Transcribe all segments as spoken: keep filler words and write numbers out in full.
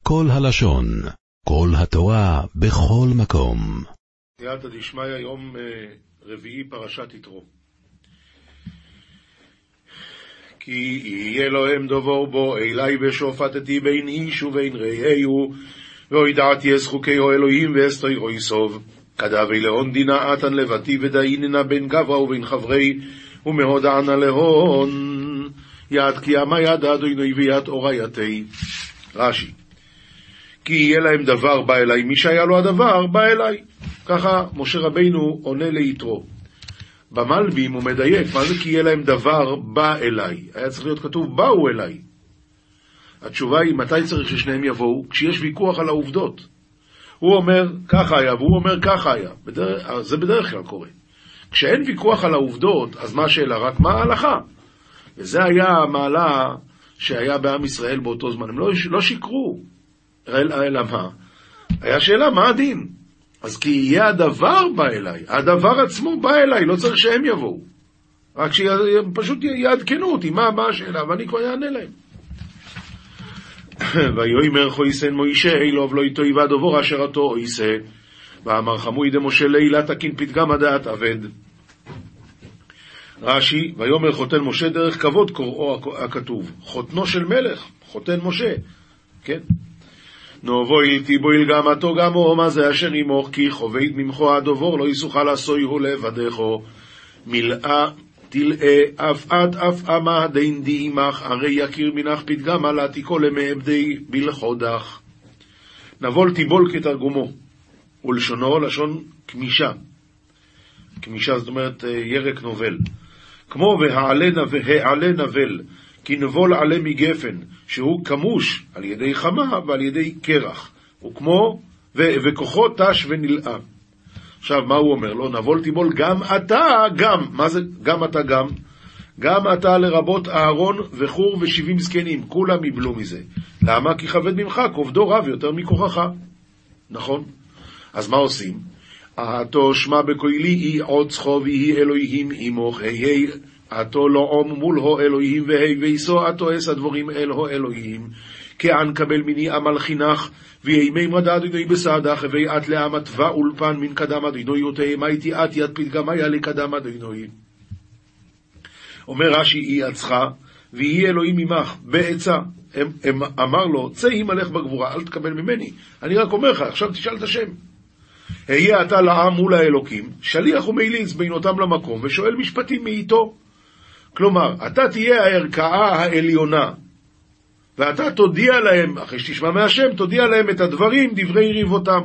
כל הלשון, כל התורה, בכל מקום. סייעתא דשמיא, יום רביעי, פרשת יתרו. כי יהיה להם דבור בו, אלי ושופטתי בין איש ובין רעהו, והוידעתי אס חוקיהו אלוהים ואס תוירו יסוב. כדאבי להון דינה עתן לבתי ודאיננה בין גברה ובין חברי, ומהודענה להון יד כי אמה יד אדוני ויד אורייתי. רש"י, כי יהיה להם דבר בא אליי, מי שהיה לו הדבר בא אליי. ככה משה רבינו עונה ליתרו. במלבים הוא מדייק, מה זה כי יהיה להם דבר בא אליי? היה צריך להיות כתוב באו אליי. התשובה היא, מתי צריך ששניהם יבואו? כשיש ויכוח על העובדות. הוא אומר ככה היה והוא אומר ככה היה. בדרך, זה בדרך כלל קורה. כשאין ויכוח על העובדות, אז מה השאלה? רק מה ההלכה? וזה היה המעלה שהיה בעם ישראל באותו זמן. הם לא, לא שיקרו. אלא מה? היה שאלה, מה הדין? אז כי יהיה הדבר בא אליי. הדבר עצמו בא אליי, לא צריך שהם יבואו. רק שהם פשוט יעדכנו אותי, מה, מה השאלה? ואני כבר יענה להם. ויאמר חויסן מוישה אילוב לא איתו יבד עבור אשר אותו אויסה. ואמר חמוי דמשה לילה תקין פתגם הדעת עבד. רש"י, ויאמר חותן משה דרך כבוד קוראו הכתוב. חותנו של מלך, חותן משה. כן? נובוי תיבויל גם עתו גם או מה זה אשר ימוך, כי חובד ממחו הדובור לא יסוכה לעשויהו לבדךו. מילאה תלאה אף עד אף אמה דין דימך, הרי יכיר מנך פתגם על עתיקו למעבדי בלחודך. נבול תיבול כתרגומו, ולשונו לשון כמישה. כמישה זאת אומרת ירק נובל. כמו והעלה נבל, כי נבול עלה מגפן, שהוא כמוש על ידי חמה ועל ידי קרח. וכמו, ו- וכוחו תש ונלאה. עכשיו, מה הוא אומר לו? נבול תיבול גם אתה גם. מה זה גם אתה גם? גם אתה לרבות אהרון וחור ושבעים זקנים. כולם יבלו מזה. למה? כי כבד ממך, כובדו רב יותר מכוחך. נכון? אז מה עושים? אתו שמה בקוילי היא עוד צחו והיא אלוהים עמוך. היי היי אתו לא עום מול הו אלוהים והי ויסו אתו אס הדבורים אל הו אלוהים. כען קבל מיני עמל חינך וימי מרדה אדוני בסעדך ואת לעמת ואולפן מן קדם אדוני יותהם הייתי את יד פתגמיה לקדם אדוני. אומר רש"י, היא עצחה והיא אלוהים ממך בעצה. הם, הם אמר לו, צא אם הלך בגבורה, אל תקבל ממני, אני רק אומר לך, עכשיו תשאל את השם. היה אתה לעם מול האלוקים, שליח ומליץ בין אותם למקום ושואל משפטים מאיתו. כלומר, אתה תהיה הערכאה העליונה, ואתה תודיע להם, אחרי שתשמע מהשם, תודיע להם את הדברים, דברי ריבותם.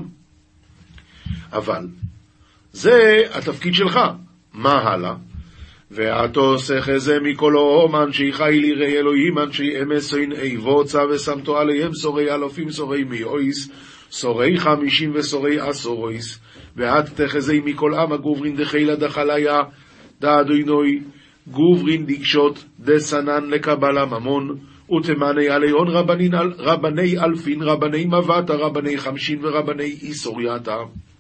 אבל, זה התפקיד שלך. מה הלאה? ואתו עושה חזה מכל אומן שיחי לירי אלוהים, אנשי אמסוין איבוצה ושמתו עליהם סורי אלופים סורי מאויס, סורי חמישים וסורי עשורויס, ואת תחזי מכל עם הגוברין דחילה דחליה, דאדוינוי, גוברין דקשות דסנן לקבלה ממון, ותמני עליון רבנין, רבני אלפין, רבני מבטה, רבני חמשין ורבני איסורייתה.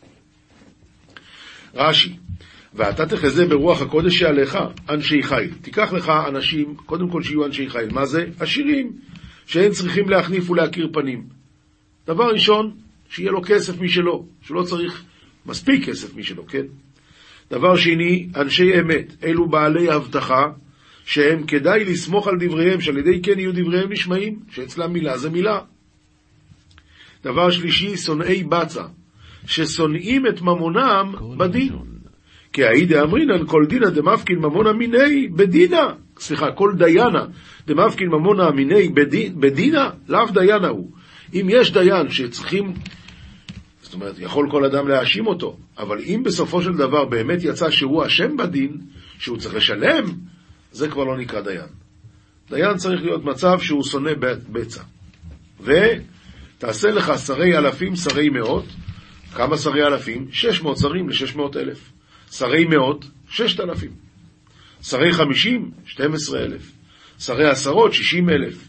רש"י, ואתה תחזה ברוח הקודש שעליך, אנשי חיל. תיקח לך אנשים, קודם כל שיהיו אנשי חיל. מה זה? עשירים, שהם צריכים להחניף ולהכיר פנים. דבר ראשון, שיהיה לו כסף משלו, שלא צריך מספיק כסף משלו, כן? דבר שני, אנשי אמת, אלו בעלי הבטחה, שהם כדאי לסמוך על דבריהם, שעל ידי כן יהיו דבריהם נשמעים, שאצלם מילה זה מילה. דבר שלישי, שונאי בצע, ששונאים את ממונם בדין. כי העידה אמרינן, כל דינה דמפקין ממונה מיני בדינה, סליחה, כל דיינה דמפקין ממונה מיני בדינה, לאו דיינה הוא. אם יש דיין שצריכים, זאת אומרת, יכול כל אדם להאשים אותו, אבל אם בסופו של דבר באמת יצא שהוא אשם בדין, שהוא צריך לשלם, זה כבר לא נקרא דיין. דיין צריך להיות מצב שהוא שונא בצע. ותעשה לך שרי אלפים, שרי מאות. כמה שרי אלפים? שש מאות שרים ל-שש מאות אלף. שרי מאות, ששת אלפים. שרי חמישים, שתים עשרה אלף. שרי עשרות, שישים אלף.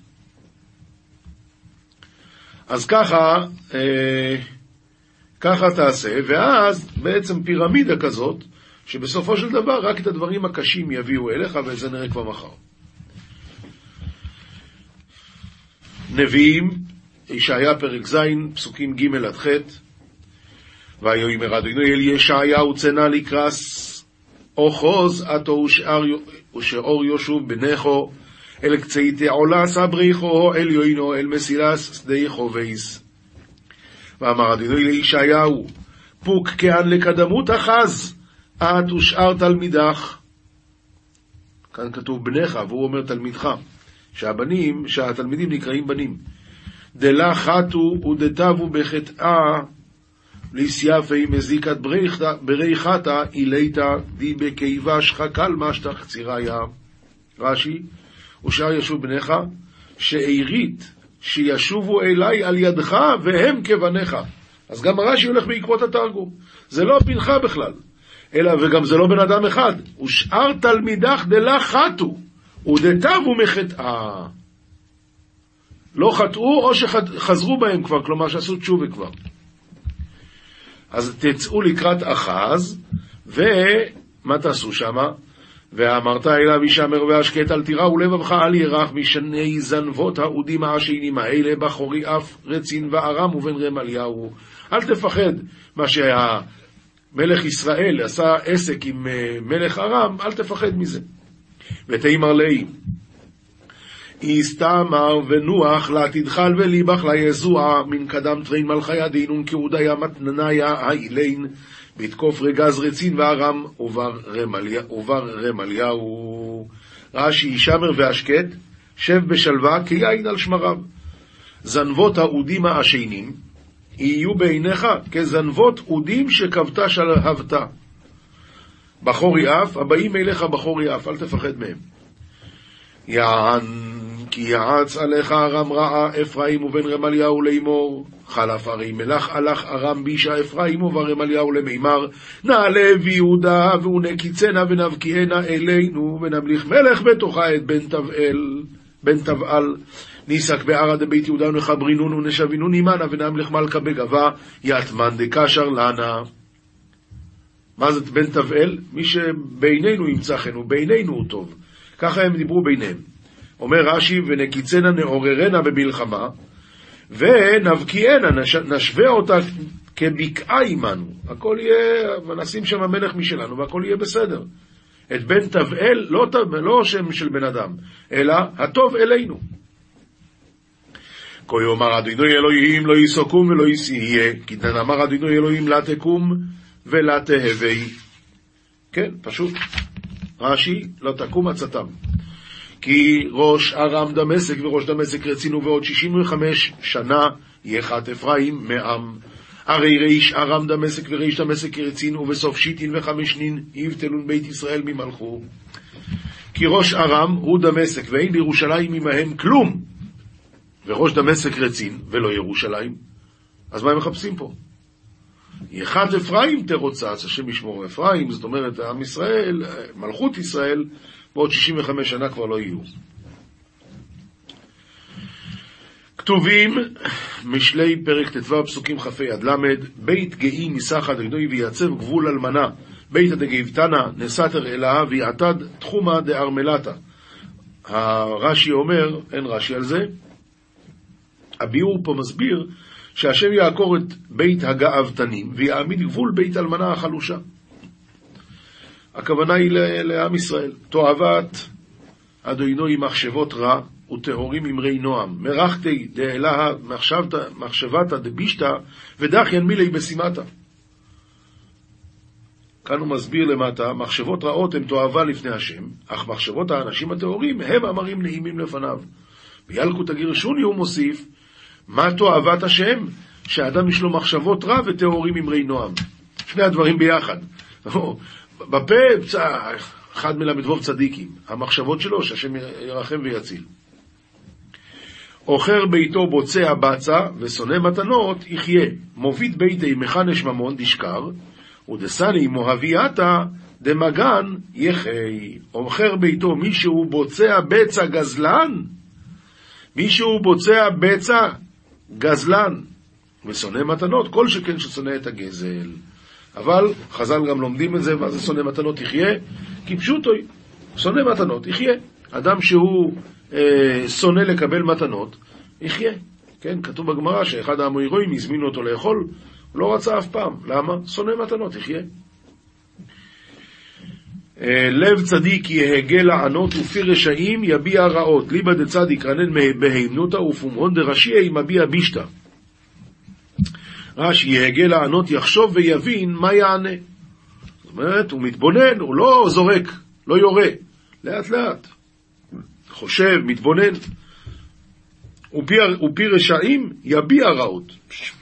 אז ככה, אה, ככה תעשה, ואז בעצם פירמידה כזאת, שבסופו של דבר רק את הדברים הקשים יביאו אליך, וזה נראה כבר מחר. נביאים, ישעיה פרק ז', פסוקים ג' עד ח'. ויאמר אדוני אל ישעיהו צנע לקרס, אוחוז עתו ושאור ישוב בנכו, אל קצי תעולה סבריחו, אל יוינו אל מסילס שדה חובייס. ואמר אדוני לישעיהו, פוק כען לקדמות אחז, את ושאר תלמידך. כאן כתוב בנך, והוא אומר תלמידך, שהבנים, שהתלמידים נקראים בנים. דלה חטו ודתבו בחטאה, ליסייפי מזיקת בריחתה, איליתה די בקיבש חקל משטח קציריה. רש"י, ושאר ישוב בניך, שאירית, שישובו אליי על ידך, והם כבניך. אז גם רש"י הולך בעקבות התרגום. זה לא פנחה בכלל, אלא וגם זה לא בן אדם אחד. ושאר תלמידך דלה חטו, ודתבו מחטאה. לא חטאו או שחזרו בהם כבר, כלומר שעשו תשובה כבר. אז תצאו לקראת אחז, ומה תעשו שמה? ואמרת אליו ישמר והשקט אל תירא ולבבך אל ירח משני זנבות האודים העשיינים האלה בחורי אף רצין וארם ובן רמליהו. אל תפחד מה שהמלך ישראל עשה עסק עם מלך ארם, אל תפחד מזה. ותאמר לי יסתמר ונוח לה תדחל וליבך לה יזוע מן קדם טרין מלכי הדינון כעודיה מתנניה האילין בתקוף רגז רצין וארם ובר רמליהו. רש"י ישמר והשקט שב בשלווה כיין על שמריו. זנבות האודים העשיינים יהיו בעיניך כזנבות אודים שכבתה שלהבתה. בחורי אף, הבאים אליך בחורי אף, אל תפחד מהם. יען כי יעץ עליך ארם רעה אפרים ובן רמליהו לאמור, חלף הרי מלך הלך ארם בישה אפרים ובר רמליהו למימר, נעלה ויהודה ונקיצנה ונבקיענה אלינו ונמליך מלך בתוכה את בן תבעל בן תבעל ניסק בערה דבית יהודה ונחברינון ונשבינון עמנה ונמליך מלכה בגבה יתמן דקשר לנה. מה זה בן תבעל? מי שבינינו ימצא חן, ובינינו הוא טוב. ככה הם דיברו ביניהם. אומר רש"י, ונקיצנה נעוררנה במלחמה, ונבקיענה, נשווה אותה כבקעה עמנו. הכל יהיה, ונשים שם המלך משלנו, והכל יהיה בסדר. את בן תבעל, לא, לא שם של בן אדם, אלא הטוב אלינו. כה יאמר אדוני אלוהים לא יסוקום ולא יהיה, כי אמר אדוני אלוהים לה תקום ולה תהווה. כן, פשוט. רש"י, לא תקום עצתם. כי ראש ארם דמשק וראש דמשק רצינו ועוד שישים וחמש שנה יחת אפרים מעם. הרי ריש ארם דמשק וריש דמשק רצינו ובסוף שיטין וחמש נין יבטלון בית ישראל ממלכו. כי ראש ארם הוא דמשק ואין לירושלים ממהם כלום, וראש דמשק רצין ולא ירושלים. אז מה הם מחפשים פה? יחת אפרים תרוצץ, השם ישמור אפרים, זאת אומרת עם ישראל, מלכות ישראל, בעוד שישים וחמש שנה כבר לא יהיו. כתובים משלי פרק ט"ו פסוקים כ"ה עד למד, בית גאי ניסח אדוני ויעצב גבול אלמנה, בית דגאיבתנה נסתר אלה ויעתד תחומה דארמלתה. הרש"י אומר, אין רש"י על זה, הביאור פה מסביר שהשם יעקור את בית הגאוותנים ויעמיד גבול בית אלמנה החלושה. הכוונה היא לעם ישראל. תועבת אדוני מחשבות רע וטהורים אמרי נועם, מרחתי דאלה מחשבתה דבישתה ודחיין מילי בשימתה. כאן הוא מסביר למטה, מחשבות רעות הם תועבה לפני השם, אך מחשבות האנשים הטהורים הם אמרים נעימים לפניו. בילקוט הגירשוני הוא מוסיף, מה תועבת השם? שהאדם יש לו מחשבות רע וטהורים אמרי נועם. שני הדברים ביחד. בפה, אחד מלמדבור צדיקים, המחשבות שלו שהשם ירחם ויציל. אוכר ביתו בוצע בצע ושונא מתנות יחיה, מוביד ביתי מחנש ממון דשקר, ודסני מוהבייתה דמגן יחי. אוכר ביתו מישהו בוצע בצע גזלן, מישהו בוצע בצע גזלן ושונא מתנות, כל שכן ששונא את הגזל. אבל חז"ל גם לומדים את זה, מה זה שונא מתנות יחיה? כי פשוטו, שונא מתנות יחיה. אדם שהוא אה, שונא לקבל מתנות יחיה. כן, כתוב בגמרא שאחד האמורירואים הזמינו אותו לאכול, הוא לא רצה אף פעם. למה? שונא מתנות, יחיה. לב צדיק יהגה לענות ופי רשעים יביע רעות. ליבא דצדיק רנן בהימנותא ופומהון דרשיה מביע בישתא. רש"י יהגה לענות יחשוב ויבין מה יענה. זאת אומרת, הוא מתבונן, הוא לא זורק, לא יורה. לאט לאט. חושב, מתבונן. ופי, ופי רשעים יביע רעות.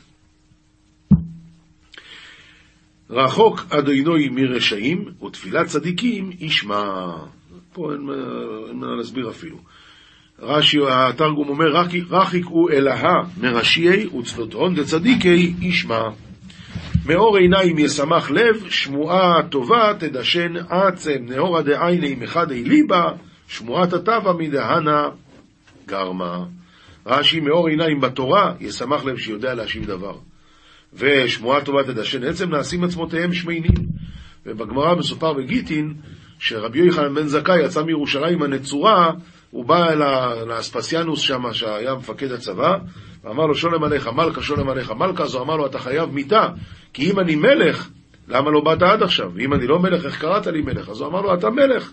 רחוק אדינוי מרשעים ותפילת צדיקים ישמע. פה אין, אין מה להסביר אפילו. רש"י התרגום אומר רחיק הוא אלהה מרשיעי וצלותון דצדיקי ישמע. מאור עיניים ישמח לב שמועה טובה תדשן עצם נאורה דעייני מחדי ליבה שמועת הטבע מדהנה גרמה. רש"י מאור עיניים בתורה ישמח לב שיודע להשיב דבר, ושמועה טובה תדשן עצם נעשים עצמותיהם שמיינים. ובגמרא מסופר בגיטין שרבי יוחנן בן זכאי יצא מירושלים הנצורה, הוא בא אל האספסיאנוס שם שהיה מפקד הצבא ואמר לו שולם עליך מלכה שולם עליך מלכה. אז הוא אמר לו אתה חייב מיטה, כי אם אני מלך למה לא באת עד עכשיו, ואם אני לא מלך איך קראת לי מלך? אז הוא אמר לו אתה מלך.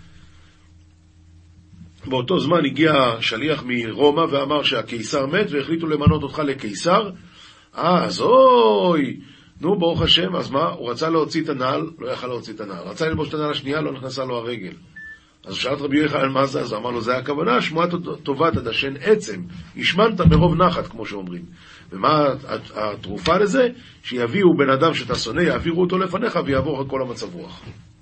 באותו זמן הגיע שליח מרומא ואמר שהקיסר מת והחליטו למנות אותך לקיסר. אה, אז אוי, נו ברוך השם. אז מה? הוא רצה להוציא את הנעל, לא יכל להוציא את הנעל. רצה ללבוש את הנעל השנייה, לא נכנסה לו הרגל. אז שאלת רבי יוחנן מה זה? אז הוא אמר לו זה הכוונה, שמועה טובה תדשן עצם, השמנת מרוב נחת כמו שאומרים. ומה התרופה לזה? שיביאו בן אדם שאתה שונא, יעבירו אותו לפניך ויעבור את כל המצב רוח.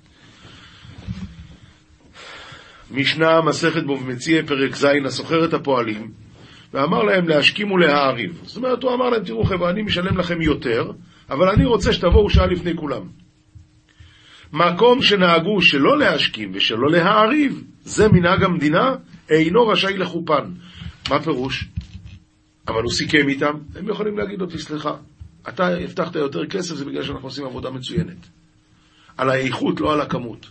משנה מסכת בוב מציע פרק זין הסוחר את הפועלים ואמר להם להשכים ולהעריב. זאת אומרת הוא אמר להם תראו חבר'ה אני משלם לכם יותר אבל אני רוצה שתבואו שעה לפני כולם. מקום שנהגו שלא להשכים ושלא להעריב זה מנהג המדינה אינו רשאי לחופן. מה פירוש? אבל הוא סיכם איתם, הם יכולים להגיד לו תסליחה אתה הבטחת יותר כסף, זה בגלל שאנחנו עושים עבודה מצוינת על האיכות לא על הכמות.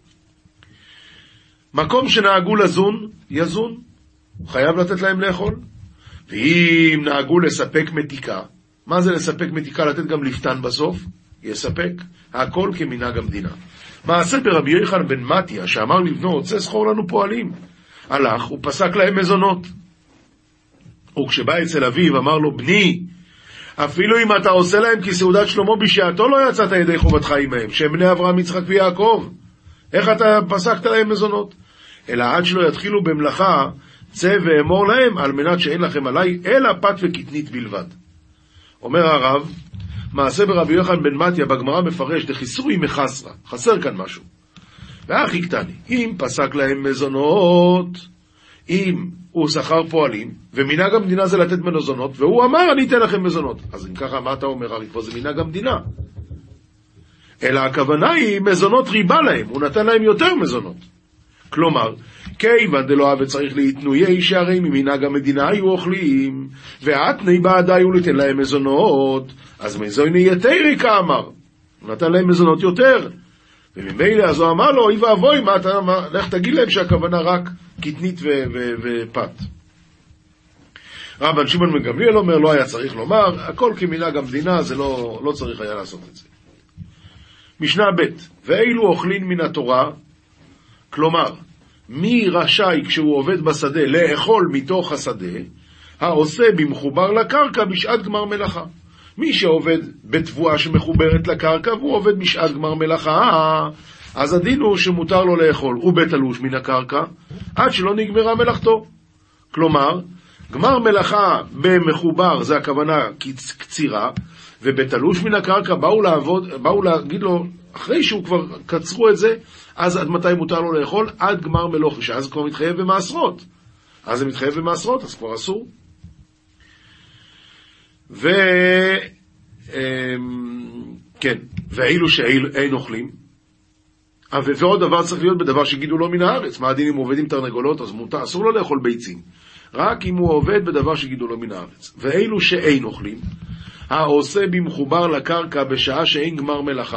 מקום שנהגו לזון, יזון, הוא חייב לתת להם לאכול. ואם נהגו לספק מתיקה, מה זה לספק מתיקה? לתת גם לפתן בסוף, יספק. הכל כמנהג המדינה. מעשה ברבי יוחנן בן מתיה, שאמר לבנו, רוצה סחור לנו פועלים. הלך, הוא פסק להם מזונות. וכשבא אצל אביו, אמר לו, בני, אפילו אם אתה עושה להם כסעודת שלמה בשעתו, לא יצאת ידי חובתך עמהם, שהם בני אברהם, יצחק ויעקב. איך אתה פסקת להם מזונות? אלא עד שלא יתחילו במלאכה, צא ואמור להם, על מנת שאין לכם עליי, אלא פת וקטנית בלבד. אומר הרב, מעשה ברבי יוחנן בן מתיה, בגמרא מפרש, דחיסורי מחסרה, חסר כאן משהו. ואחי קטני, אם פסק להם מזונות, אם הוא שכר פועלים, ומנהג המדינה זה לתת מזונות, והוא אמר, אני אתן לכם מזונות. אז אם ככה, מה אתה אומר? הרי פה זה מנהג המדינה. אלא הכוונה היא מזונות ריבה להם, הוא נתן להם יותר מזונות. כלומר, כיוון דלא אהב צריך להתנויי שהרי ממנהג המדינה היו אוכלים, ועתני בעדי הוא לתן להם מזונות, אז מזוני יתרי כאמר, הוא נתן להם מזונות יותר. וממילא אז הוא אמר לו, אוי ואבוי, מה אתה, מה, לך תגיד להם שהכוונה רק קטנית ו- ו- ופת. רבן שמעון בן גמליאל אומר, לא היה צריך לומר, הכל כמנהג המדינה, זה לא, לא צריך היה לעשות את זה. משנה ב' ואילו אוכלים מן התורה, כלומר, מי רשאי כשהוא עובד בשדה לאכול מתוך השדה, העושה במחובר לקרקע בשעת גמר מלאכה. מי שעובד בתבואה שמחוברת לקרקע והוא עובד בשעת גמר מלאכה, אז הדין הוא שמותר לו לאכול ובתלוש מן הקרקע עד שלא נגמרה מלאכתו. כלומר, גמר מלאכה במחובר זה הכוונה קצירה, ובתלוש מן הקרקע באו לעבוד, באו להגיד לו, אחרי שהוא כבר קצרו את זה, אז עד מתי מותר לו לאכול? עד גמר מלאכה, שאז כבר מתחייב במעשרות. אז זה מתחייב במעשרות, אז כבר אסור. ו... כן, ואילו שאין אוכלים. ועוד דבר צריך להיות בדבר שגידו לו מן הארץ. מה הדין אם הוא עובד עם תרנגולות? אז מותר, אסור לו לאכול ביצים. רק אם הוא עובד בדבר שגידו לו מן הארץ. ואילו שאין אוכלים, העושה במחובר לקרקע בשעה שאין גמר מלאכה.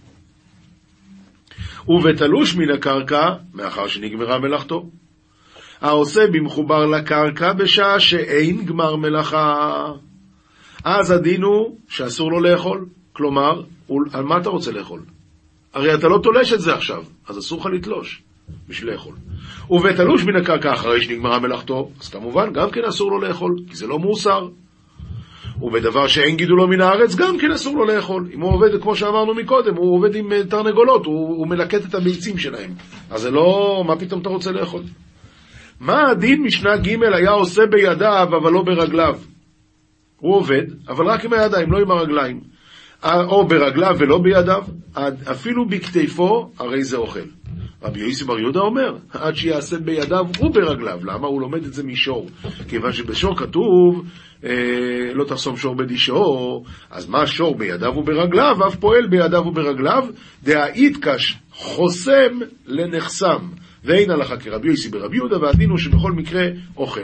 ובתלוש מן הקרקע, מאחר שנגמרה מלאכתו. העושה במחובר לקרקע בשעה שאין גמר מלאכה. אז הדין הוא שאסור לו לאכול. כלומר, על מה אתה רוצה לאכול? הרי אתה לא תולש את זה עכשיו, אז אסור לך לתלוש בשביל לאכול. ובתלוש מן הקרקע אחרי שנגמרה מלאכתו, אז כמובן גם כן אסור לו לאכול, כי זה לא מוסר. ובדבר שאין גידולו מן הארץ, גם כן אסור לו לאכול. אם הוא עובד, כמו שאמרנו מקודם, הוא עובד עם תרנגולות, הוא, הוא מלקט את הביצים שלהם. אז זה לא, מה פתאום אתה רוצה לאכול? מה הדין משנה ג' היה עושה בידיו, אבל לא ברגליו? הוא עובד, אבל רק עם הידיים, לא עם הרגליים. או ברגליו ולא בידיו, אפילו בכתפו, הרי זה אוכל. רבי יוסי בר יהודה אומר, עד שיעשה בידיו וברגליו. למה? הוא לומד את זה משור. כיוון שבשור כתוב, אה, לא תחסום שור בדי שור, אז מה שור בידיו וברגליו? אף פועל בידיו וברגליו, דהאית קש חוסם לנחסם. ואין הלכה כרבי יוסי ברבי יהודה, והדין הוא שבכל מקרה אוכל.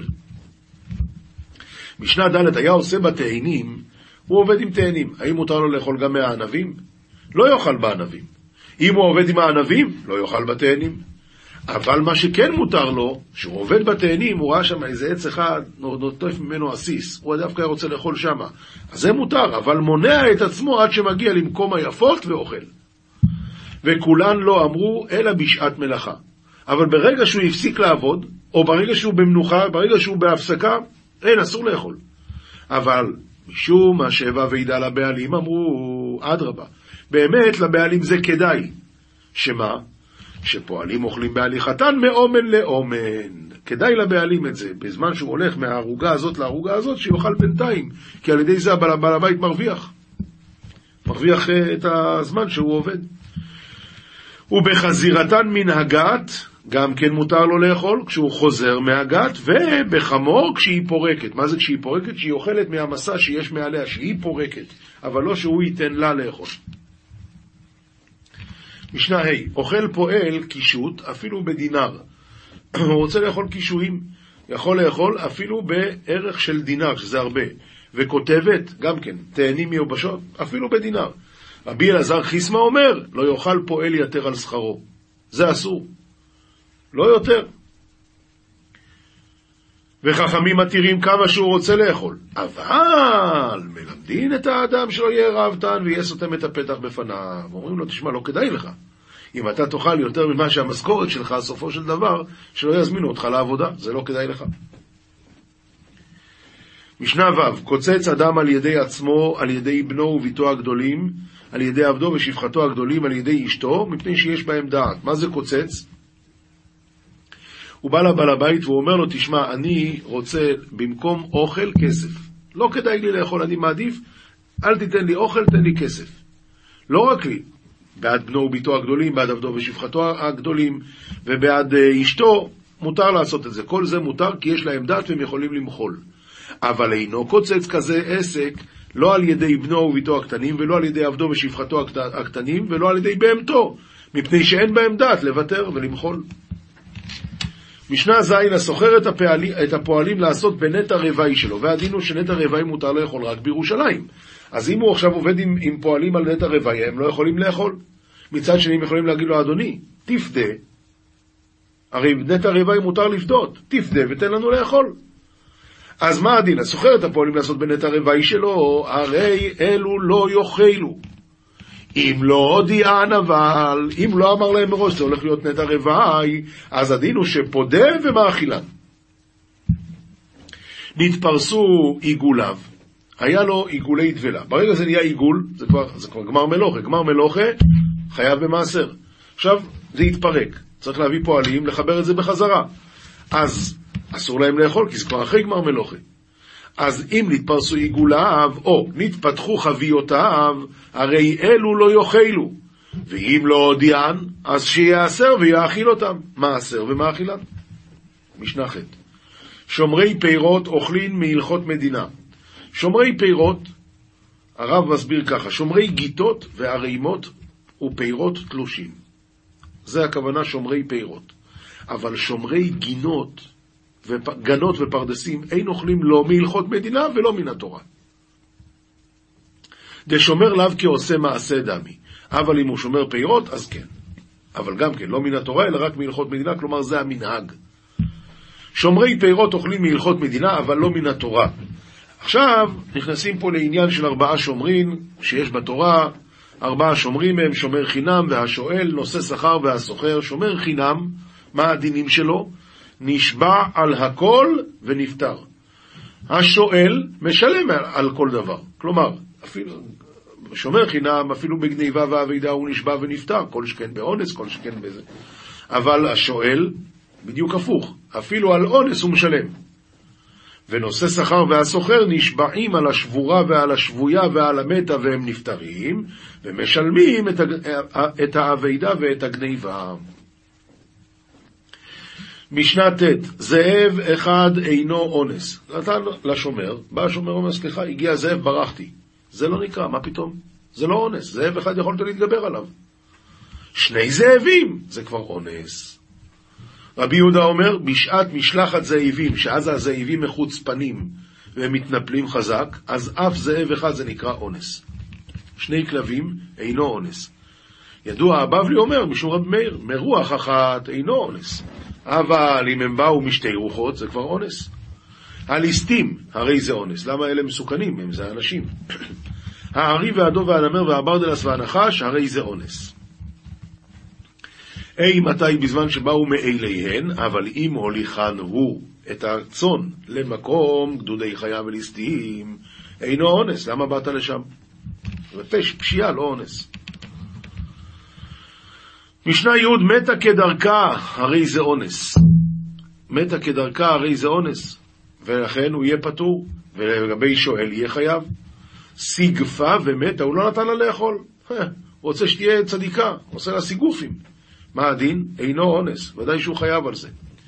משנה ד' היה עושה בתאנים, הוא עובד עם תאנים. האם מותר לו לאכול גם מהענבים? לא יאכל בענבים. אם הוא עובד עם הענבים, לא יאכל בתאנים. אבל מה שכן מותר לו, שהוא עובד בתאנים, הוא ראה שם איזה עץ אחד, נוטף ממנו עסיס. הוא דווקא רוצה לאכול שם. אז זה מותר, אבל מונע את עצמו עד שמגיע למקום היפות ואוכל. וכולן לא אמרו, אלא בשעת מלאכה. אבל ברגע שהוא הפסיק לעבוד, או ברגע שהוא במנוחה, ברגע שהוא בהפסקה, אין, אסור לאכול. אבל משום מה שהבא וידע לבעלים, אמרו, אדרבה. באמת לבעלים זה כדאי. שמה? שפועלים אוכלים בהליכתן מאומן לאומן. כדאי לבעלים את זה. בזמן שהוא הולך מההרוגה הזאת להרוגה הזאת, שיוכל בינתיים. כי על ידי זה הבעל הבית מרוויח. מרוויח את הזמן שהוא עובד. ובחזירתן מן הגת, גם כן מותר לו לאכול כשהוא חוזר מהגת, ובחמור כשהיא פורקת. מה זה כשהיא פורקת? שהיא אוכלת מהמסע שיש מעליה, שהיא פורקת, אבל לא שהוא ייתן לה לאכול. משנה ה' אוכל פועל קישוט אפילו בדינר. הוא רוצה לאכול קישואים, יכול לאכול אפילו בערך של דינר, שזה הרבה. וכותבת, גם כן, תאנים מיובשות, אפילו בדינר. רבי אלעזר חיסמה אומר, לא יאכל פועל יתר על שכרו. זה אסור. לא יותר. וחכמים מתירים כמה שהוא רוצה לאכול. אבל מלמדין את האדם שלא יהיה רעבתן ויהיה סותם את הפתח בפניו. אומרים לו, תשמע, לא כדאי לך. אם אתה תאכל יותר ממה שהמשכורת שלך, סופו של דבר, שלא יזמינו אותך לעבודה. זה לא כדאי לך. משנה ו' קוצץ אדם על ידי עצמו, על ידי בנו וביתו הגדולים, על ידי עבדו ושפחתו הגדולים, על ידי אשתו, מפני שיש בהם דעת. מה זה קוצץ? הוא בא לבעל הבית והוא אומר לו, תשמע, אני רוצה במקום אוכל כסף. לא כדאי לי לאכול, אני מעדיף, אל תיתן לי אוכל, תן לי כסף. לא רק לי, בעד בנו וביתו הגדולים, בעד עבדו ושפחתו הגדולים, ובעד אשתו, מותר לעשות את זה. כל זה מותר כי יש להם דעת והם יכולים למחול. אבל אינו קוצץ כזה עסק, לא על ידי בנו וביתו הקטנים, ולא על ידי עבדו ושפחתו הקטנים, ולא על ידי בהמתו, מפני שאין בהם דעת לוותר ולמחול. משנה זין הסוחר את, הפעלים, את הפועלים לעשות בנטע רבעי שלו, והדין הוא שנטע רבעי מותר לאכול רק בירושלים. אז אם הוא עכשיו עובד עם, עם פועלים על נטע רבעי, הם לא יכולים לאכול. מצד שני הם יכולים להגיד לו, אדוני, תפדה, הרי נטע רבעי מותר לפדות, תפדה ותן לנו לאכול. אז מה הדין? הסוחר את הפועלים לעשות בנטע רבעי שלו, הרי אלו לא יאכלו. אם לא הודיען, אבל אם לא אמר להם מראש זה הולך להיות נטע רבעי, אז הדין הוא שפודה ומאכילן. נתפרסו עיגוליו, היה לו עיגולי דבלה. ברגע זה נהיה עיגול, זה כבר, זה כבר גמר מלוכה. גמר מלוכה חייב במעשר. עכשיו זה יתפרק, צריך להביא פועלים לחבר את זה בחזרה. אז אסור להם לאכול כי זה כבר אחרי גמר מלוכה. אז אם נתפרסו עיגוליו, או נתפתחו חביותיו, הרי אלו לא יאכלו. ואם לא הודיען, אז שיעשר ויאכיל אותם. מעשר ומאכילן. משנה ח' שומרי פירות אוכלין מהלכות מדינה. שומרי פירות, הרב מסביר ככה, שומרי גיטות וערימות ופירות תלושים. זה הכוונה שומרי פירות. אבל שומרי גינות, גנות ופרדסים אין אוכלים לא מהלכות מדינה ולא מן התורה. דשומר לאו כעושה מעשה דמי, אבל אם הוא שומר פירות אז כן, אבל גם כן לא מן התורה אלא רק מהלכות מדינה, כלומר זה המנהג. שומרי פירות אוכלים מהלכות מדינה, אבל לא מן התורה. עכשיו נכנסים פה לעניין של ארבעה שומרים שיש בתורה. ארבעה שומרים הם שומר חינם והשואל, נושא שכר והסוחר. שומר חינם, מה הדינים שלו? נשבע על הכל ונפטר. השואל משלם על כל דבר. כלומר, אפילו שומר חינם, אפילו בגניבה ועבידה הוא נשבע ונפטר, כל שכן באונס, כל שכן בזה. אבל השואל בדיוק הפוך, אפילו על אונס הוא משלם. ונושא שכר והסוחר נשבעים על השבורה ועל השבויה ועל המתה והם נפטרים, ומשלמים את, את העבידה ואת הגניבה. משנה ת' זאב אחד אינו אונס. נתן לשומר, בא השומר אומר, סליחה, הגיע זאב, ברחתי. זה לא נקרא, מה פתאום? זה לא אונס, זאב אחד יכולת להתגבר עליו. שני זאבים, זה כבר אונס. רבי יהודה אומר, בשעת משלחת זאבים, שאז הזאבים מחוץ פנים והם מתנפלים חזק, אז אף זאב אחד זה נקרא אונס. שני כלבים אינו אונס. ידוע, הבבלי אומר, משום רב מאיר, מרוח אחת אינו אונס. אבל אם הם באו משתי רוחות, זה כבר אונס. הליסטים, הרי זה אונס. למה אלה מסוכנים? הם זה אנשים. הארי והדוב והנמר והברדלס והנחש, הרי זה אונס. אי מתי בזמן שבאו מאליהן, אבל אם הוליכן הוא את הצאן למקום גדודי חיה וליסטים, אינו אונס. למה באת לשם? ופש, פשיעה, לא אונס. משנה י' מתה כדרכה, הרי זה אונס. מתה כדרכה, הרי זה אונס. ולכן הוא יהיה פטור, ולגבי שואל יהיה חייב. סיגפה ומתה, הוא לא נתן לה לאכול. הוא רוצה שתהיה צדיקה, עושה לה סיגופים. מה הדין? אינו אונס, ודאי שהוא חייב על זה.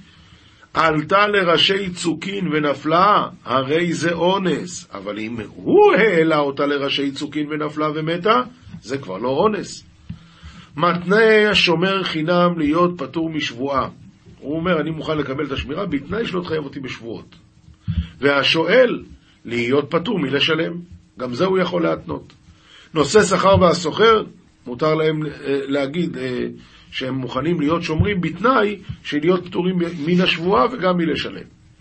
עלתה לראשי צוקין ונפלה, הרי זה אונס. אבל אם הוא העלה אותה לראשי צוקין ונפלה ומתה, זה כבר לא אונס. מתנה השומר חינם להיות פטור משבועה. הוא אומר, אני מוכן לקבל את השמירה, בתנאי שלא תחייב אותי בשבועות. והשואל, להיות פטור מלשלם. גם זה הוא יכול להתנות. נושא שכר והסוחר, מותר להם להגיד שהם מוכנים להיות שומרים בתנאי של להיות פטורים מן השבועה וגם מלשלם.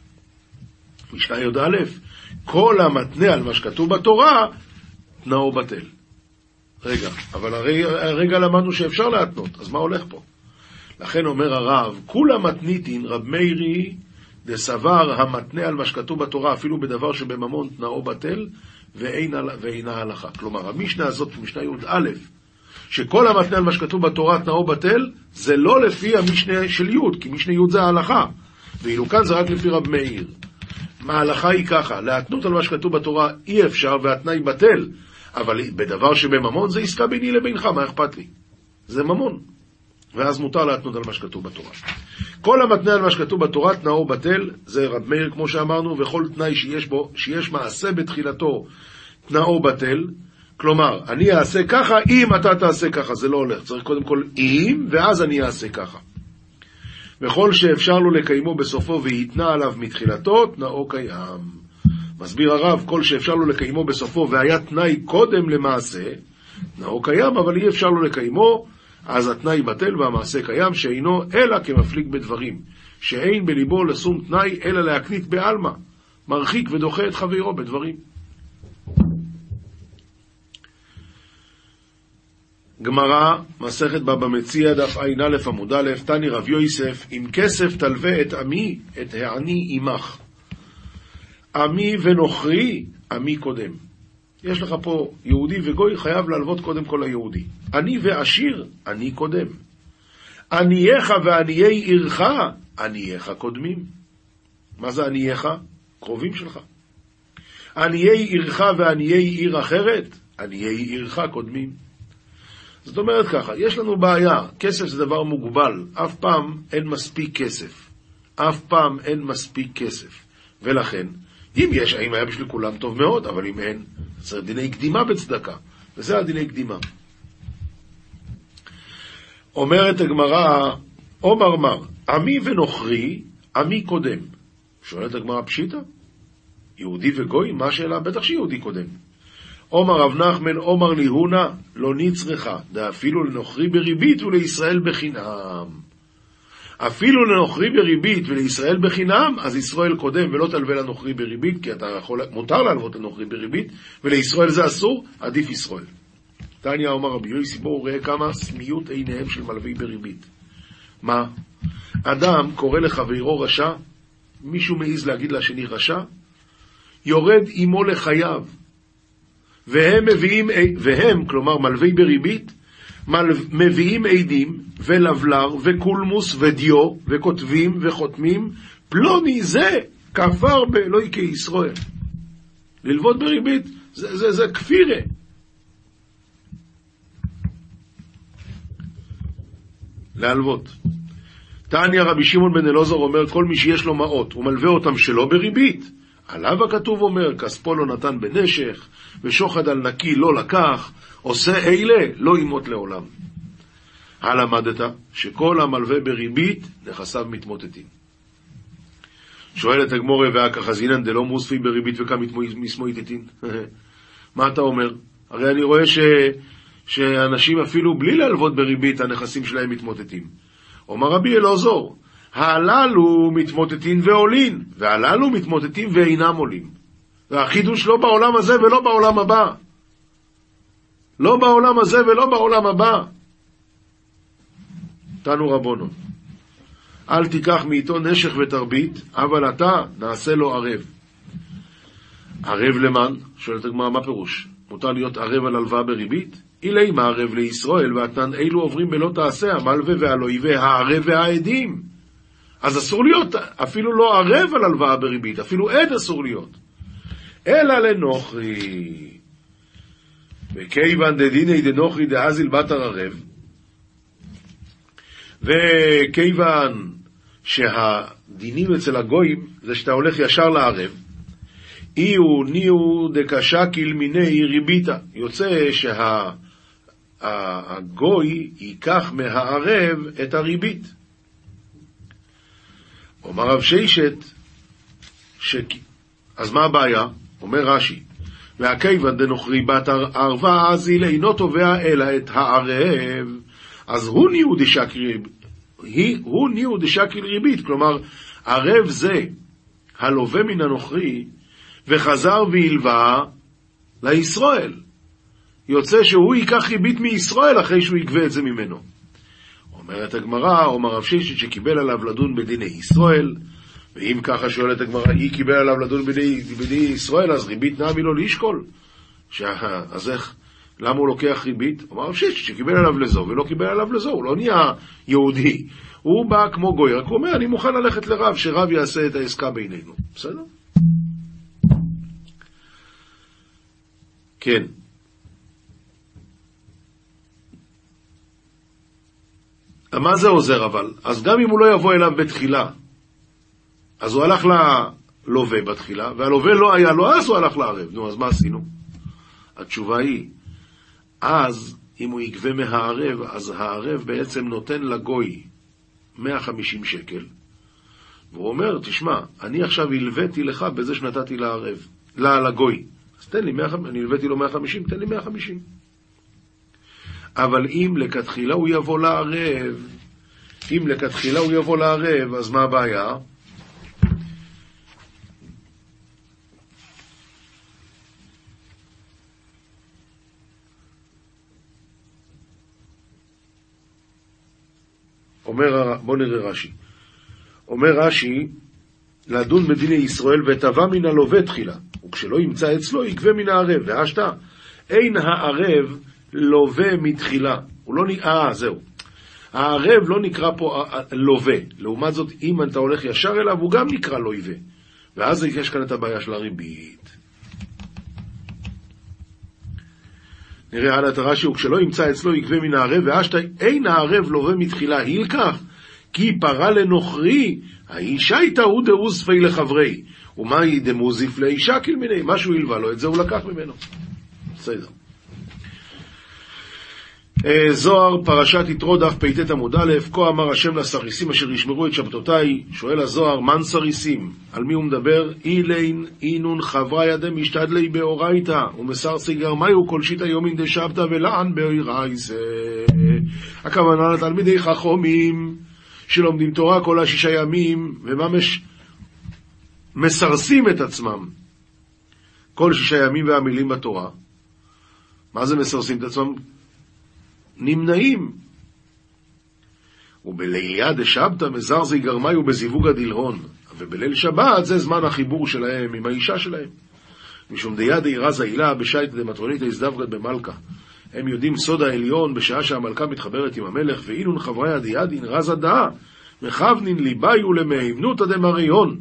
משנה י"א, כל המתנה על מה שכתוב בתורה, תנאו בטל. רגע, אבל הרי, הרגע למדנו שאפשר להתנות, אז מה הולך פה? לכן אומר הרב, כולה מתניתין רב מאירי דסבר המתנה על מה שכתוב בתורה, אפילו בדבר שבממון תנאו בטל, ואינה הלכה. כלומר, המשנה הזאת, משנה י"א, שכל המתנה על מה שכתוב בתורה תנאו בטל, זה לא לפי המשנה של י', כי משנה י' זה ההלכה, ואילו כאן זה רק לפי רב מאיר. מה ההלכה היא ככה, להתנות על מה שכתוב בתורה אי אפשר, והתנאי בטל, אבל בדבר שבממון זה עסקה ביני לבינך, מה אכפת לי? זה ממון. ואז מותר להתנות על מה שכתוב בתורה. כל המתנה על מה שכתוב בתורה, תנאו בטל, זה רב מאיר כמו שאמרנו, וכל תנאי שיש בו, שיש מעשה בתחילתו, תנאו בטל, כלומר, אני אעשה ככה, אם אתה תעשה ככה, זה לא הולך. צריך קודם כל אם, ואז אני אעשה ככה. וכל שאפשר לו לקיימו בסופו והתנה עליו מתחילתו, תנאו קיים. מסביר הרב, כל שאפשר לו לקיימו בסופו, והיה תנאי קודם למעשה, תנאו קיים, אבל אי אפשר לו לקיימו, אז התנאי בטל והמעשה קיים, שאינו אלא כמפליג בדברים, שאין בליבו לשום תנאי, אלא להקנית בעלמא, מרחיק ודוחה את חברו בדברים. גמרא, מסכת בבא מציעא, דף ע"א עמוד א', תני רב יוסף, אם כסף תלווה את עמי, את העני עמך. עמי ונוכרי, עמי קודם. יש לך פה יהודי וגוי, חייב להלוות קודם כל ליהודי. עני ועשיר, עני קודם. ענייך ועניי עירך, ענייך קודמים. מה זה ענייך? קרובים שלך. עניי עירך ועניי עיר אחרת, עניי עירך קודמים. זאת אומרת ככה, יש לנו בעיה, כסף זה דבר מוגבל, אף פעם אין מספיק כסף. אף פעם אין מספיק כסף. ולכן, אם יש, האם היה בשביל כולם טוב מאוד, אבל אם אין, זה דיני קדימה בצדקה, וזה הדיני קדימה. אומרת הגמרא, אומר מר, עמי ונוכרי, עמי קודם. שואלת הגמרא פשיטה? יהודי וגוי? מה השאלה? בטח שיהודי קודם. אומר רב נחמן, אומר ליהונה, לא נצרכה, דה אפילו לנוכרי בריבית ולישראל בחינם. אפילו לנוכרי בריבית ולישראל בחינם, אז ישראל קודם ולא תלווה לנוכרי בריבית, כי אתה יכול, מותר להלוות לנוכרי בריבית, ולישראל זה אסור, עדיף ישראל. תניא אומר רבי יוסי, בואו ראה כמה סמיות עיניהם של מלווי בריבית. מה? אדם קורא לחברו רשע, מישהו מעיז להגיד לשני רשע, יורד עמו לחייו, והם מביאים, והם, כלומר מלווי בריבית, מביאים עדים ולבלר וקולמוס ודיו וכותבים וחותמים, פלוני זה כפר באלוהי כישראל. ללוות בריבית זה, זה, זה כפירה. להלוות. תניא רבי שמעון בן אלעזר אומר, כל מי שיש לו מעות הוא מלווה אותם שלא בריבית, עליו הכתוב אומר, כספו לא נתן בנשך ושוחד על נקי לא לקח, עושה אלה לא ימות לעולם. הלמדת שכל המלווה בריבית נכסיו מתמוטטים. שואלת הגמורה, והכך חזינן דלא מוספי בריבית וכם מסמויטטין. מה אתה אומר? הרי אני רואה ש... שאנשים אפילו בלי להלוות בריבית הנכסים שלהם מתמוטטים. אומר רבי אלעזר, הללו מתמוטטים ועולין, והללו מתמוטטים ואינם עולים. והחידוש לא בעולם הזה ולא בעולם הבא. לא בעולם הזה ולא בעולם הבא. תנו רבונו, אל תיקח מאיתו נשך ותרבית, אבל אתה נעשה לו ערב. ערב למען? שואלת הגמרא, מה פירוש? מותר להיות ערב על הלוואה בריבית? אילי מה ערב לישראל, ואתנן אילו עוברים בלא תעשה, המלווה והלויבה, הערב והעדים. אז אסור להיות אפילו לא ערב על הלוואה בריבית, אפילו עד אסור להיות. אלא לנוכרי. וכיוון דדיני דנוכרי דאזיל בתר ערב, וכיוון שהדינים אצל הגויים זה שאתה הולך ישר לערב, איהו ניהו דקשקיל מיני ריביתה, יוצא שהגוי ייקח מהערב את הריבית. אומר רב ששת, ש... אז מה הבעיה? אומר רש"י, והכיוון דנוכרי בתר ערבה אזיל אינו תובע אלא את הערב, אז הוא ניהו דשקיל, הוא ניהו דשקיל ריבית, כלומר ערב זה הלווה מן הנוכרי וחזר וילווה לישראל, יוצא שהוא ייקח ריבית מישראל אחרי שהוא יגבה את זה ממנו. אומרת הגמרא, אומר רב ששת שקיבל עליו לדון בדיני ישראל, ואם ככה שואלת הגמרא, היא קיבל עליו לדון בדיני, בדיני ישראל, אז ריבית נעמי לו לשקול. אז איך, למה הוא לוקח ריבית? אומר רב ששת שקיבל עליו לזו ולא קיבל עליו לזו, הוא לא נהיה יהודי, הוא בא כמו גוי, רק הוא אומר, אני מוכן ללכת לרב, שרב יעשה את העסקה בינינו. בסדר? כן. מה זה עוזר אבל? אז גם אם הוא לא יבוא אליו בתחילה, אז הוא הלך ללווה בתחילה, והלווה לא היה לו, אז הוא הלך לערב. נו, אז מה עשינו? התשובה היא, אז אם הוא יגבה מהערב, אז הערב בעצם נותן לגוי מאה וחמישים שקל, והוא אומר, תשמע, אני עכשיו הלוויתי לך בזה שנתתי לערב, לגוי. אז תן לי, אני הלוויתי לו מאה וחמישים, תן לי מאה וחמישים. אבל אם לכתחילה הוא יבוא לערב, אם לכתחילה הוא יבוא לערב, אז מה הבעיה? אומר, בוא נראה רש"י. אומר רש"י, לדון בדיני ישראל ותבע מן הלווה תחילה, וכשלא ימצא אצלו יגבה מן הערב, והשתה, אין הערב לווה מתחילה, הוא לא נקרא, אה, זהו. הערב לא נקרא פה לווה, לעומת זאת, אם אתה הולך ישר אליו, הוא גם נקרא לווה. ואז יש כאן את הבעיה של הריבית. נראה הלאה את הרש"י, וכשלא ימצא אצלו יגבה מן הערב, והשתה, אין הערב לווה מתחילה, הילקח, כי פרה לנוכרי, האישה הייתה הוא דאוספי לחברי, ומה היא דמוזיף לאישה כל מיני, משהו ילווה לו, את זה הוא לקח ממנו. בסדר. זוהר, פרשת יתרו, דף פ"ט עמוד א', כה אמר השם לסריסים אשר ישמרו את שבתותיי. שואל הזוהר, מן סריסים? על מי הוא מדבר? אילין אינון חברה ידם משתדלי באורייתא, ומסר סיגר מיו כל שיטה יומין דשבתא ולען באורייתא. הכוונה לתלמידי חכמים שלומדים תורה כל השישה ימים, וממש מסרסים את עצמם כל שישה ימים והמילים בתורה. מה זה מסרסים את עצמם? נמנעים. ובליליה דשבתא מזרזי גרמי ובזיווג הדלהון. ובליל שבת זה זמן החיבור שלהם עם האישה שלהם. משום דיד אירז העילה בשייט דמטרונית הזדווגת במלכה. הם יודעים סוד העליון בשעה שהמלכה מתחברת עם המלך, ואינון חברי הדיאדין רז הדעה, מכוונין ליבאיו למהימנותא דמריון.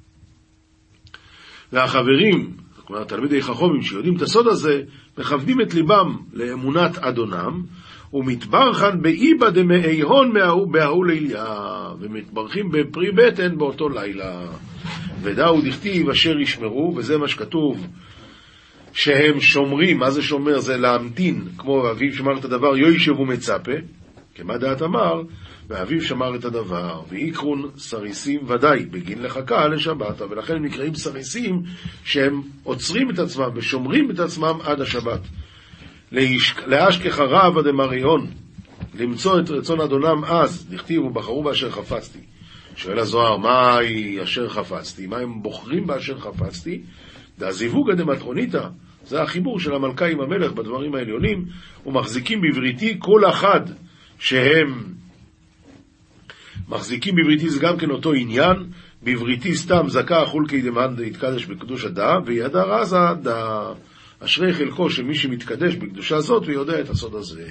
והחברים, כלומר תלמידי חכמים שיודעים את הסוד הזה, מכוונים את ליבם לאמונת אדונם, ומתברכן באיבא דמאיהון בהוא ליליה, ומתברכים בפרי בטן באותו לילה. ודאו דכתיב אשר ישמרו, וזה מה שכתוב, שהם שומרים. מה זה שומר? זה להמתין, כמו אביו שמר את הדבר יוישב ומצפה, כמה דעת אמר, ואביו שמר את הדבר, ויקרון סריסים ודאי, בגין לחכה לשבת, ולכן הם נקראים סריסים שהם עוצרים את עצמם ושומרים את עצמם עד השבת. להשכח רב עד מריון, למצוא את רצון אדונם אז, דכתיב ובחרו באשר חפצתי. שואל הזוהר, מה היא אשר חפצתי? מה הם בוחרים באשר חפצתי? דזיווג דמטרוניתא, זה החיבור של המלכה עם המלך בדברים העליונים, ומחזיקים בבריתי כל אחד שהם מחזיקים בבריתי, זה גם כן אותו עניין. בבריתי סתם זכה חולקי דמאן דהתקדש בקדוש הדעה, וידע רזה דעה, אשרי חלקו של מי שמתקדש בקדושה הזאת ויודע את הסוד הזה.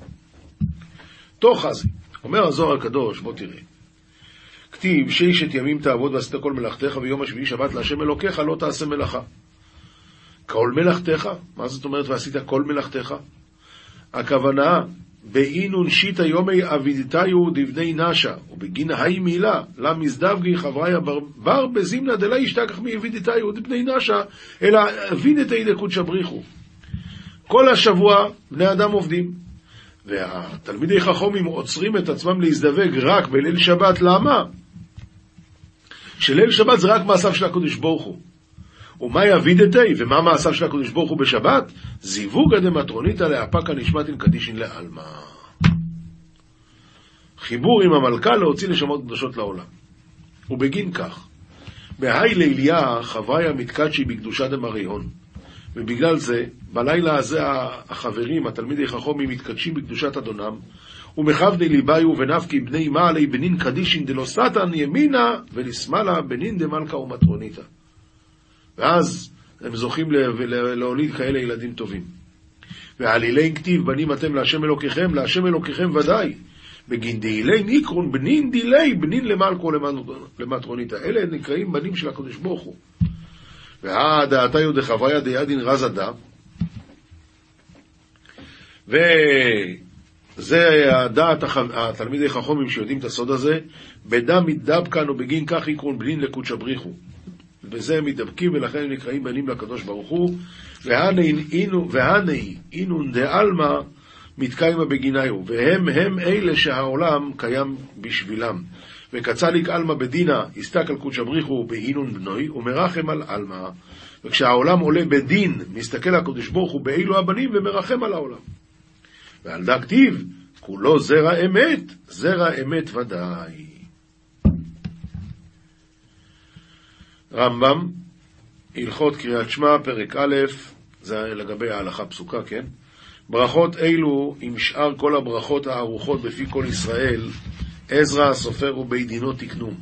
תוך הזה, אומר הזוהר הקדוש, בוא תראה, כתיב ששת ימים תעבוד ועשית כל מלאכתך, ויום השביעי שבת להשם אלוקיך לא תעשה מלאכה. כל מלאכתך? מה זאת אומרת ועשית כל מלאכתך? הכוונה, באינון שיטה יומי אבידתיו דבני נשה, ובגין היי מילה, למזדווגי חבריה בר, בר בזימנה דלה ישתכח מאבידתיו דבני נשה, אלא אבידתי דקודש בריחו. כל השבוע בני אדם עובדים, והתלמידי חכמים עוצרים את עצמם להזדווג רק בליל שבת. למה? שליל שבת זה רק מעשיו של הקדוש ברוך הוא. ומה יבידתי, ומה מעשיו של הקדוש ברוך הוא בשבת? זיווג דמטרוניתא להפקא נשמתין קדישין לעלמא. חיבור עם המלכה להוציא נשמות קדושות לעולם. ובגין כך, בהי ליליה חבריה מתקדשי בקדושה דמריון. ובגלל זה, בלילה הזה החברים, התלמידי חכמים, מתקדשים בקדושת אדונם, ומכווני ליבאיו ונפקי בני מעלי בנין קדישין דלא סתן ימינה ולשמאלה בנין דמלכה ומטרוניתא. ואז הם זוכים להוליד כאלה ילדים טובים. ועלילי כתיב בנים אתם להשם אלוקיכם, להשם אלוקיכם ודאי. בגין דהילי ניקרון בנין דילי בנין למלכה ולמטרוניתא. אלה נקראים בנים של הקדוש ברוך הוא. והדעתיו דחבריה דיאדין רז הדעה, וזה הדעת התלמידי חכמים שיודעים את הסוד הזה. בדם מתדבקן ובגין כך יקרון בנין לקודש בריחו, בזה הם מתדבקים ולכן הם נקראים בנים לקדוש ברוך הוא. והני אינון דעלמא מתקיימה בגיניו, והם הם אלה שהעולם קיים בשבילם. וקצליק אלמה בדינה הסתק על קודש בריחו באינון בנוי ומרחם על אלמה. וכשהעולם עולה בדין מסתכל על קודש ברוך הוא באילו הבנים ומרחם על העולם. ועל דה כתיב כולו זרע אמת, זרע אמת ודאי. רמב"ם, הלכות קריאת שמע, פרק א', זה לגבי ההלכה פסוקה, כן? ברכות אילו עם שאר כל הברכות הערוכות בפי כל ישראל, עזרא הסופר ובית דינו תקנום.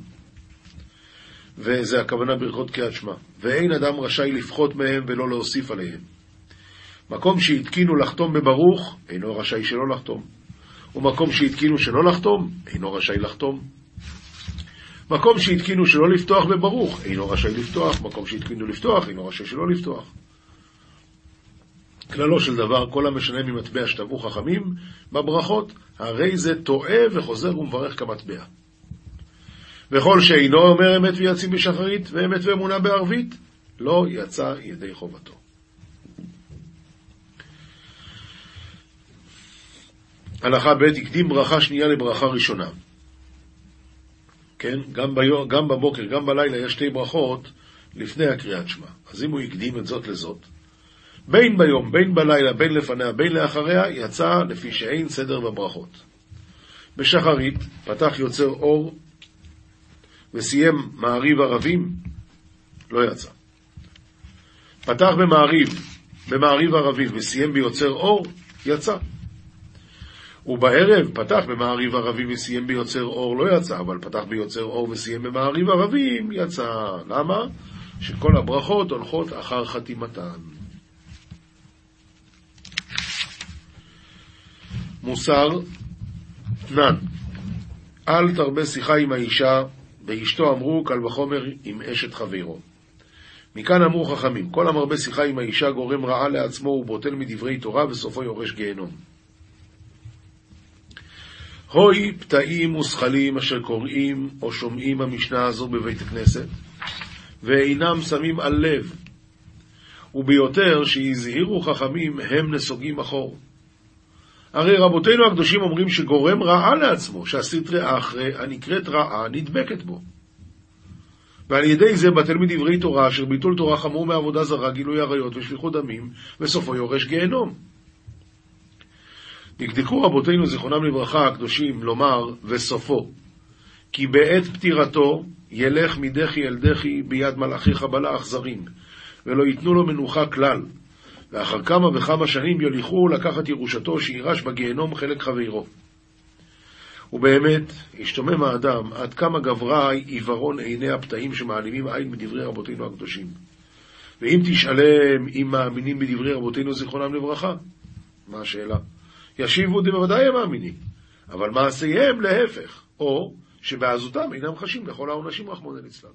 וזה הכוונה ברכות קריאת שמע. ואין אדם רשאי לפחות מהם ולא להוסיף עליהם. מקום שהתקינו לחתום בברוך, אינו רשאי שלא לחתום. ומקום שהתקינו שלא לחתום, אינו רשאי לחתום. מקום שהתקינו שלא לפתוח בברוך, אינו רשאי לפתוח. מקום שהתקינו לפתוח, אינו רשאי שלא לפתוח. כללו של דבר, כל המשנה ממטבע שטבעו חכמים בברכות, הרי זה טועה וחוזר ומברך כמטבע. וכל שאינו אומר אמת ויציב בשחרית ואמת ואמונה בערבית, לא יצא ידי חובתו. הלכה ב' הקדים ברכה שנייה לברכה ראשונה. כן? גם, ביום, גם בבוקר, גם בלילה יש שתי ברכות לפני הקריאת שמע. אז אם הוא הקדים את זאת לזאת, בין ביום, בין בלילה, בין לפניה, בין לאחריה, יצא לפי שאין סדר בברכות. בשחרית פתח יוצר אור וסיים מעריב ערבים, לא יצא. פתח במעריב, במעריב ערבים וסיים ביוצר אור, יצא. ובערב פתח במעריב ערבים וסיים ביוצר אור, לא יצא, אבל פתח ביוצר אור וסיים במעריב ערבים, יצא. למה? שכל הברכות הולכות אחר חתימתן. מוסר תנן, אל תרבה שיחה עם האישה, באשתו אמרו קל וחומר עם אשת חברו. מכאן אמרו חכמים, כל המרבה שיחה עם האישה גורם רעה לעצמו ובוטל מדברי תורה וסופו יורש גיהנום. הוי פתאים ושכלים אשר קוראים או שומעים המשנה הזו בבית הכנסת ואינם שמים על לב, וביותר שיזהירו חכמים הם נסוגים אחור. הרי רבותינו הקדושים אומרים שגורם רעה לעצמו, שהסטרא אחרא הנקראת רעה נדבקת בו. ועל ידי זה בטל מדברי תורה, אשר ביטול תורה חמור מעבודה זרה, גילוי עריות ושפיכות דמים, וסופו יורש גיהנום. נקדקו רבותינו זיכרונם לברכה הקדושים לומר וסופו, כי בעת פטירתו ילך מדחי אל דחי ביד מלאכי חבלה אכזרים, ולא ייתנו לו מנוחה כלל, ואחר כמה וכמה שנים יוליכו לקחת ירושתו שירש בגיהנום חלק חברו. ובאמת, השתומם האדם עד כמה גברה עיוורון עיני הפתאים שמעלימים עין בדברי רבותינו הקדושים. ואם תשאלם אם מאמינים בדברי רבותינו זיכרונם לברכה, מה השאלה? ישיבו בוודאי הם מאמינים, אבל מעשיהם להפך, או שבעזותם אינם חשים לכל העונשים רחמנא ליצלן.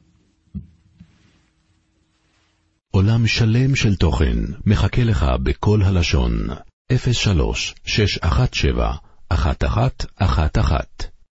עולם שלם של תוכן מחכה לך בכל הלשון. אפס שלוש שש אחת שבע אחת אחת אחת אחת